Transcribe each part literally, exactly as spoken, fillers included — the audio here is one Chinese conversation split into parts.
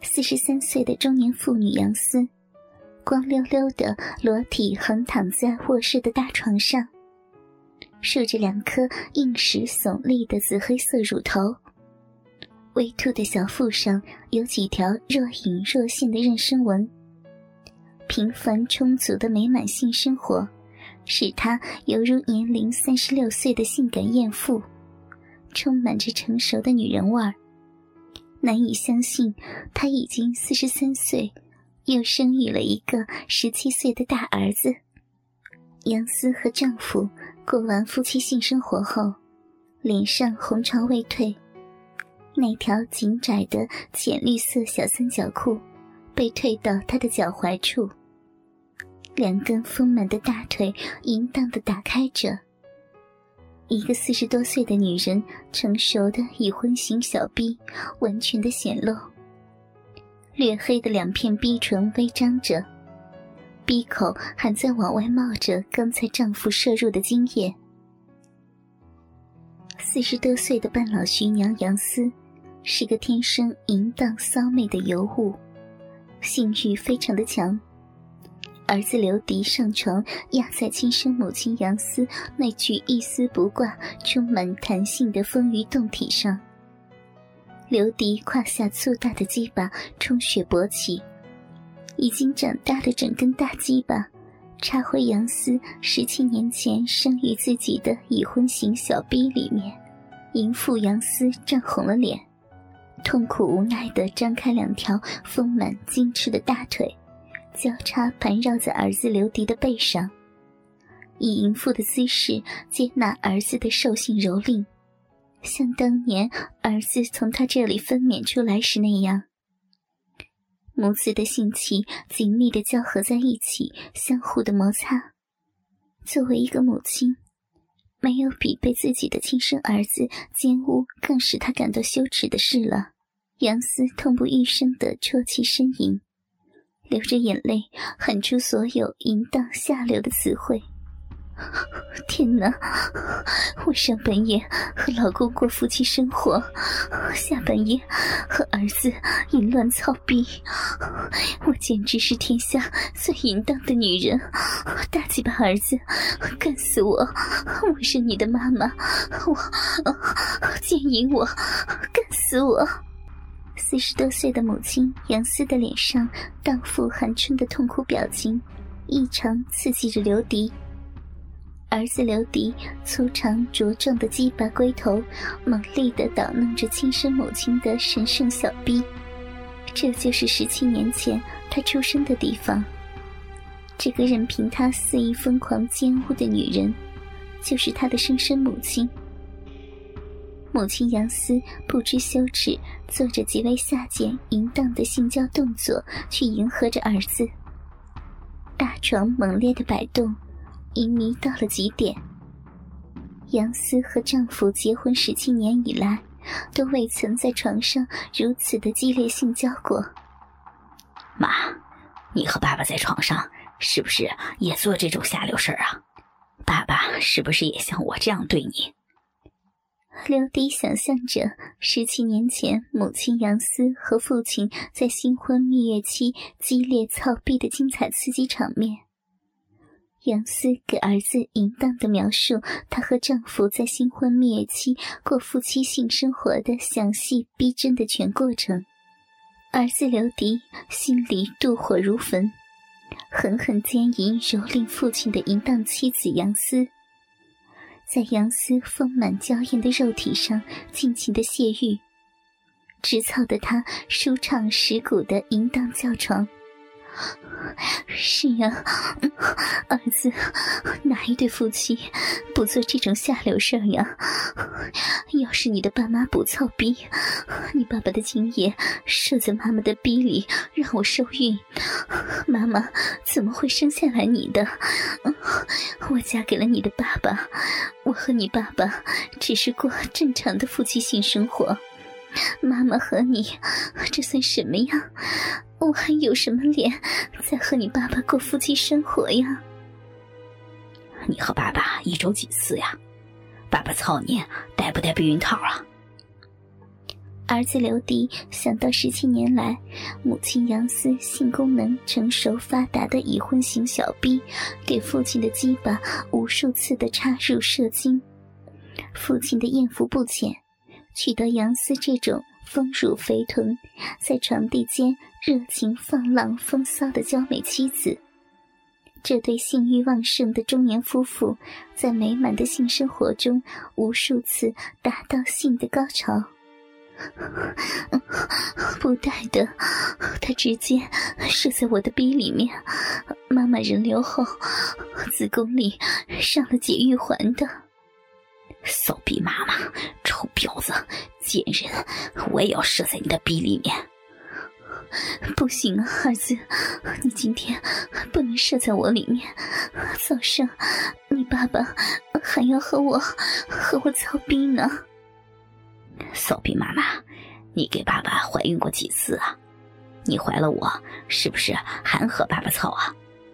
四十三岁的中年妇女杨思，光溜溜的裸体横躺在卧室的大床上，竖着两颗硬实耸立的紫黑色乳头，微凸的小腹上有几条若隐若现的妊娠纹。平凡充足的美满性生活使她犹如年龄三十六岁的性感艳妇，充满着成熟的女人味儿。难以相信她已经四十三岁，又生育了一个十七岁的大儿子。杨思和丈夫过完夫妻性生活后，脸上红潮未退，那条紧窄的浅绿色小三角裤被退到她的脚踝处，两根丰满的大腿淫荡地打开着。一个四十多岁的女人成熟的已婚型小臂完全的显露，略黑的两片逼唇微张着，闭口还在往外冒着刚才丈夫射入的精液。四十多岁的半老徐娘杨思是个天生淫荡骚媚的尤物，性欲非常的强。儿子刘迪上床压在亲生母亲杨思那具一丝不挂充满弹性的丰腴胴体上，刘迪胯下粗大的鸡巴充血勃起，已经长大的整根大鸡巴插回杨思十七年前生育自己的已婚型小逼里面。淫妇杨思涨红了脸，痛苦无奈地张开两条丰满精致的大腿，交叉盘绕在儿子刘迪的背上，以淫妇的姿势接纳儿子的兽性蹂躏，像当年儿子从他这里分娩出来时那样。母子的性器紧密地交合在一起，相互的摩擦。作为一个母亲，没有比被自己的亲生儿子奸污更使她感到羞耻的事了。杨思痛不欲生地啜泣呻吟，流着眼泪喊出所有淫荡下流的词汇。天哪，我上半夜和老公过夫妻生活，下半夜和儿子淫乱操逼，我简直是天下最淫荡的女人。大鸡巴儿子，干死我！我是你的妈妈，我奸淫我，干死我！四十多岁的母亲杨思的脸上荡妇含春的痛苦表情异常刺激着刘迪。儿子刘迪粗长茁壮的鸡巴龟头猛力地捣弄着亲生母亲的神圣小逼，这就是十七年前他出生的地方。这个任凭他肆意疯狂奸污的女人，就是他的生身母亲。母亲杨思不知羞耻，做着极为下贱淫荡的性交动作去迎合着儿子。大床猛烈的摆动，淫迷到了极点。杨思和丈夫结婚十七年以来，都未曾在床上如此的激烈性交过。 妈，你和爸爸在床上是不是也做这种下流事儿啊？爸爸是不是也像我这样对你？ 刘迪想象着十七年前母亲杨思和父亲在新婚蜜月期激烈操逼的精彩刺激场面。杨思给儿子淫荡地描述她和丈夫在新婚蜜月期过夫妻性生活的详细逼真的全过程。儿子刘迪心里妒火如焚，狠狠奸淫蹂躏父亲的淫荡妻子杨思，在杨思丰满娇艳的肉体上尽情的泄欲，直操得他舒畅蚀骨的淫荡叫床。是呀，儿子，哪一对夫妻不做这种下流事儿呀？要是你的爸妈不操逼，你爸爸的精液射在妈妈的逼里让我受孕，妈妈怎么会生下来你的？我嫁给了你的爸爸，我和你爸爸只是过正常的夫妻性生活，妈妈和你这算什么呀？我还有什么脸再和你爸爸过夫妻生活呀？ 你和爸爸一周几次呀？爸爸操你戴不戴避孕套啊？ 儿子刘迪想到十七年来母亲杨思性功能成熟发达的已婚型小逼给父亲的鸡巴无数次的插入射精，父亲的艳福不浅，娶得杨思这种丰乳肥臀在床地间热情放浪风骚的娇美妻子，这对性欲旺盛的中年夫妇在美满的性生活中无数次达到性的高潮。不带的，他直接射在我的逼里面，妈妈人流后子宫里上了解育环的。 骚逼妈妈，臭婊子，贱人，我也要射在你的逼里面。 不行啊，儿子，你今天不能射在我里面，早上你爸爸还要和我和我操逼呢。 骚逼妈妈，你给爸爸怀孕过几次啊？你怀了我，是不是还和爸爸操啊？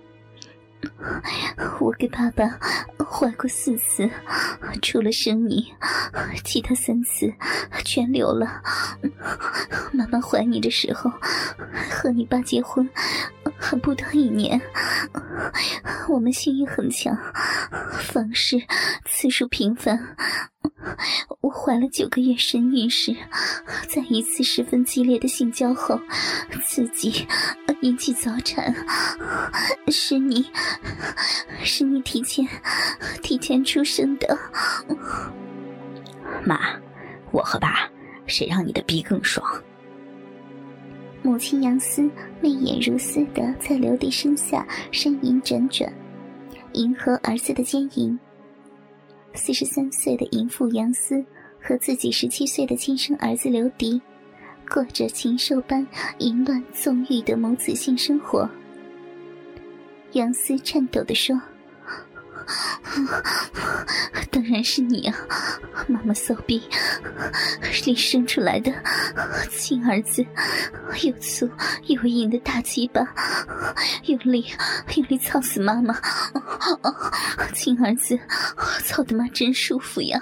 我给爸爸怀过四次，除了生你，其他三次全流了。妈妈怀你的时候，和你爸结婚还不到一年，我们性欲很强，房事次数频繁。我怀了九个月身孕时，在一次十分激烈的性交后，自己引起早产，是你，是你提前提前出生的。 妈，我和爸，谁让你的逼更爽？ 母亲杨思媚眼如丝的在刘迪身下呻吟辗转，迎合儿子的奸淫。四十三岁的淫妇杨思和自己十七岁的亲生儿子刘迪过着禽兽般淫乱纵欲的母子性生活。杨思颤抖地说，当然是你啊，妈妈骚逼里生出来的亲儿子，又粗又硬的大鸡巴，用力用力操死妈妈，亲儿子操的妈真舒服呀。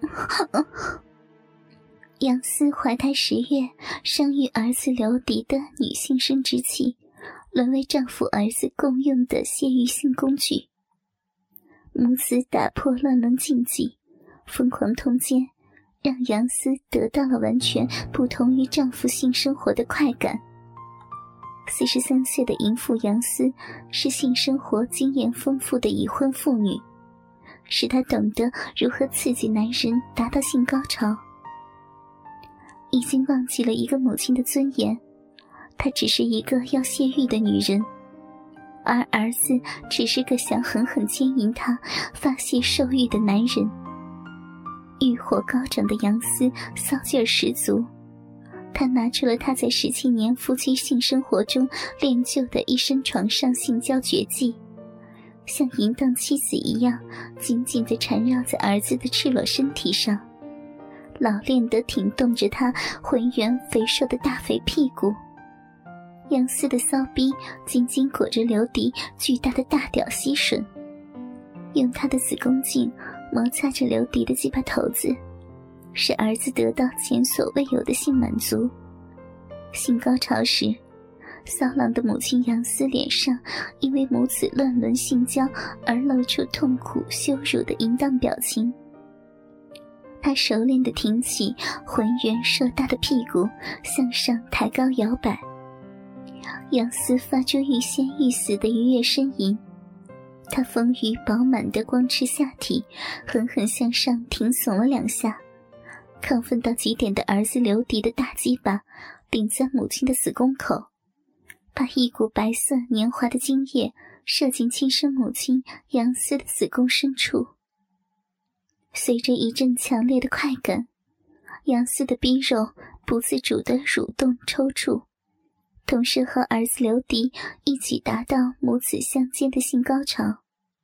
杨思怀胎十月生育儿子刘迪的女性生殖器，沦为丈夫儿子共用的泄欲性工具。母子打破乱伦禁忌，疯狂通奸，让杨思得到了完全不同于丈夫性生活的快感。四十三岁的淫妇杨思是性生活经验丰富的已婚妇女，使她懂得如何刺激男人达到性高潮。已经忘记了一个母亲的尊严，她只是一个要泄欲的女人，而儿子只是个想狠狠奸淫他发泄兽欲的男人。欲火高涨的杨思骚劲儿十足，他拿出了他在十七年夫妻性生活中练就的一身床上性交绝技，像淫荡妻子一样紧紧地缠绕在儿子的赤裸身体上，老练地挺动着他浑圆肥硕的大肥屁股。杨思的骚逼紧紧裹着刘迪巨大的大屌吸吮，用他的子宫颈摩擦着刘迪的鸡巴头子，使儿子得到前所未有的性满足。性高潮时，骚浪的母亲杨思脸上因为母子乱伦性交而露出痛苦羞辱的淫荡表情。她熟练地挺起浑圆硕大的屁股向上抬高摇摆，杨思发出欲仙欲死的愉悦呻吟，她丰腴饱满的光赤下体狠狠向上挺耸了两下，亢奋到极点的儿子刘迪的大鸡巴顶在母亲的子宫口，把一股白色年华的精液射进亲生母亲杨思的子宫深处。随着一阵强烈的快感，杨思的逼肉不自主地蠕动抽搐，同时和儿子刘迪一起达到母子相间的性高潮。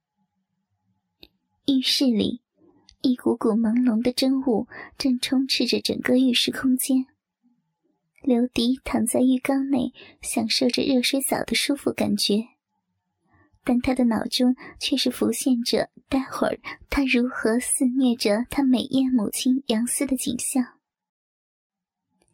浴室里，一股股朦胧的真雾正充斥着整个浴室空间。刘迪躺在浴缸内，享受着热水澡的舒服感觉，但他的脑中却是浮现着待会儿他如何肆虐着他美艳母亲杨思的景象。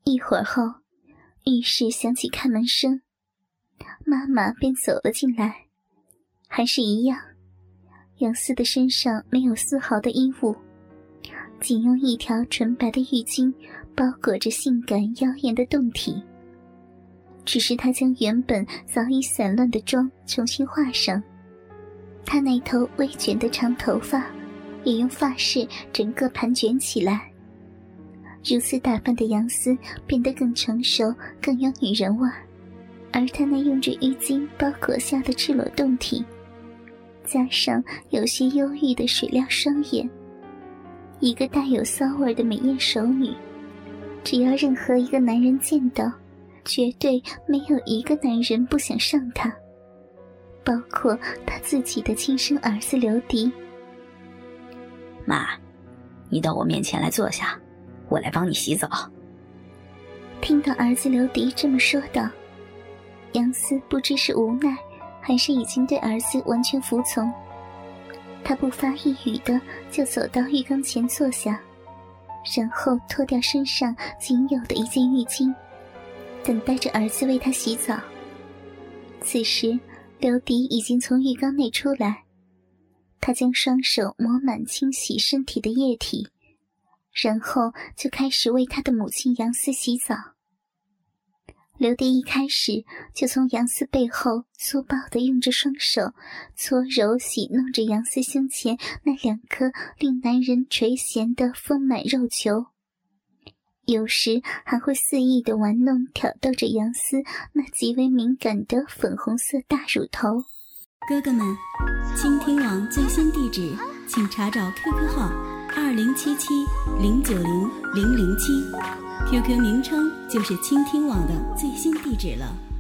一会儿后，浴室响起开门声，妈妈便走了进来。还是一样，杨思的身上没有丝毫的衣物，仅用一条纯白的浴巾包裹着性感妖艳的胴体。只是她将原本早已散乱的妆重新画上，她那头微卷的长头发也用发饰整个盘卷起来。如此打扮的杨思变得更成熟，更有女人味，而她那用着浴巾包裹下的赤裸胴体，加上有些忧郁的水亮双眼，一个带有骚味的美艳熟女，只要任何一个男人见到，绝对没有一个男人不想上她，包括他自己的亲生儿子刘迪。 妈，你到我面前来坐下，我来帮你洗澡。 听到儿子刘迪这么说道，杨思不知是无奈还是已经对儿子完全服从，他不发一语的就走到浴缸前坐下，然后脱掉身上仅有的一件浴巾，等待着儿子为他洗澡。此时刘迪已经从浴缸内出来，他将双手抹满清洗身体的液体，然后就开始为他的母亲杨思洗澡。刘迪一开始就从杨思背后粗暴地用着双手搓揉洗弄着杨思胸前那两颗令男人垂涎的丰满肉球，有时还会肆意地玩弄挑逗着杨思那极为敏感的粉红色大乳头。 哥哥们，倾听网最新地址请查找 Q Q 号二零七七零九零零零七， Q Q 名称就是倾听网的最新地址了。